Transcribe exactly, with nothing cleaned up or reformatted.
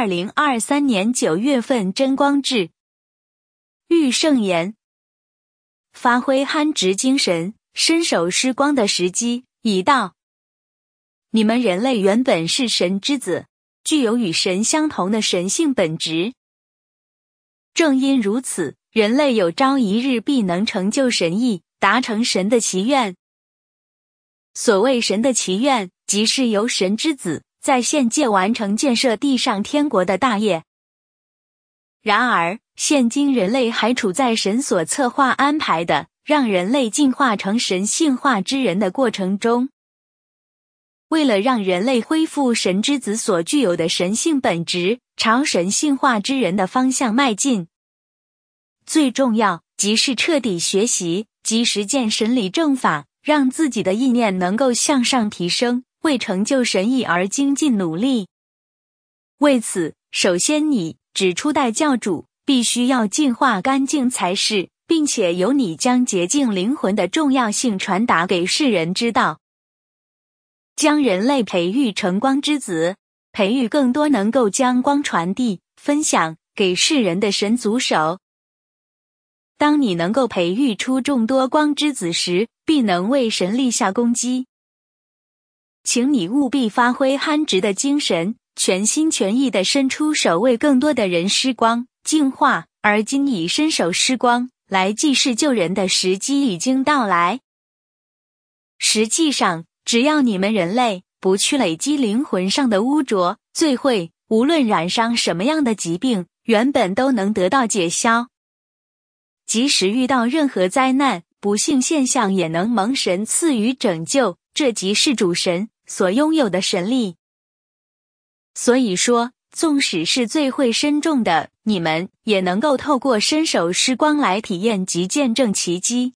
二零二三年九月份真光志。玉圣言：发挥憨直精神，伸手施光的时机已到。你们人类原本是神之子，具有与神相同的神性本质。正因如此，人类有朝一日必能成就神意，达成神的祈愿。所谓神的祈愿，即是由神之子在现界完成建设地上天国的大业。然而，现今人类还处在神所策划安排的让人类进化成神性化之人的过程中。为了让人类恢复神之子所具有的神性本质，朝神性化之人的方向迈进，最重要即是彻底学习及实践神理正法，让自己的意念能够向上提升，为成就神意而精进努力。为此，首先你指初代教主必须要净化干净才是，并且由你将洁净灵魂的重要性传达给世人知道，将人类培育成光之子，培育更多能够将光传递、分享给世人的神族手。当你能够培育出众多光之子时，必能为神立下功绩。请你务必发挥憨直的精神，全心全意地伸出手为更多的人施光、净化，而今以伸手施光来济世救人的时机已经到来。实际上，只要你们人类不去累积灵魂上的污浊、罪秽，无论染上什么样的疾病，原本都能得到解消。即使遇到任何灾难、不幸现象，也能蒙神赐予拯救，这即是主神所拥有的神力。所以说，纵使是罪会深重的你们，也能够透过伸手施光来体验及见证奇迹。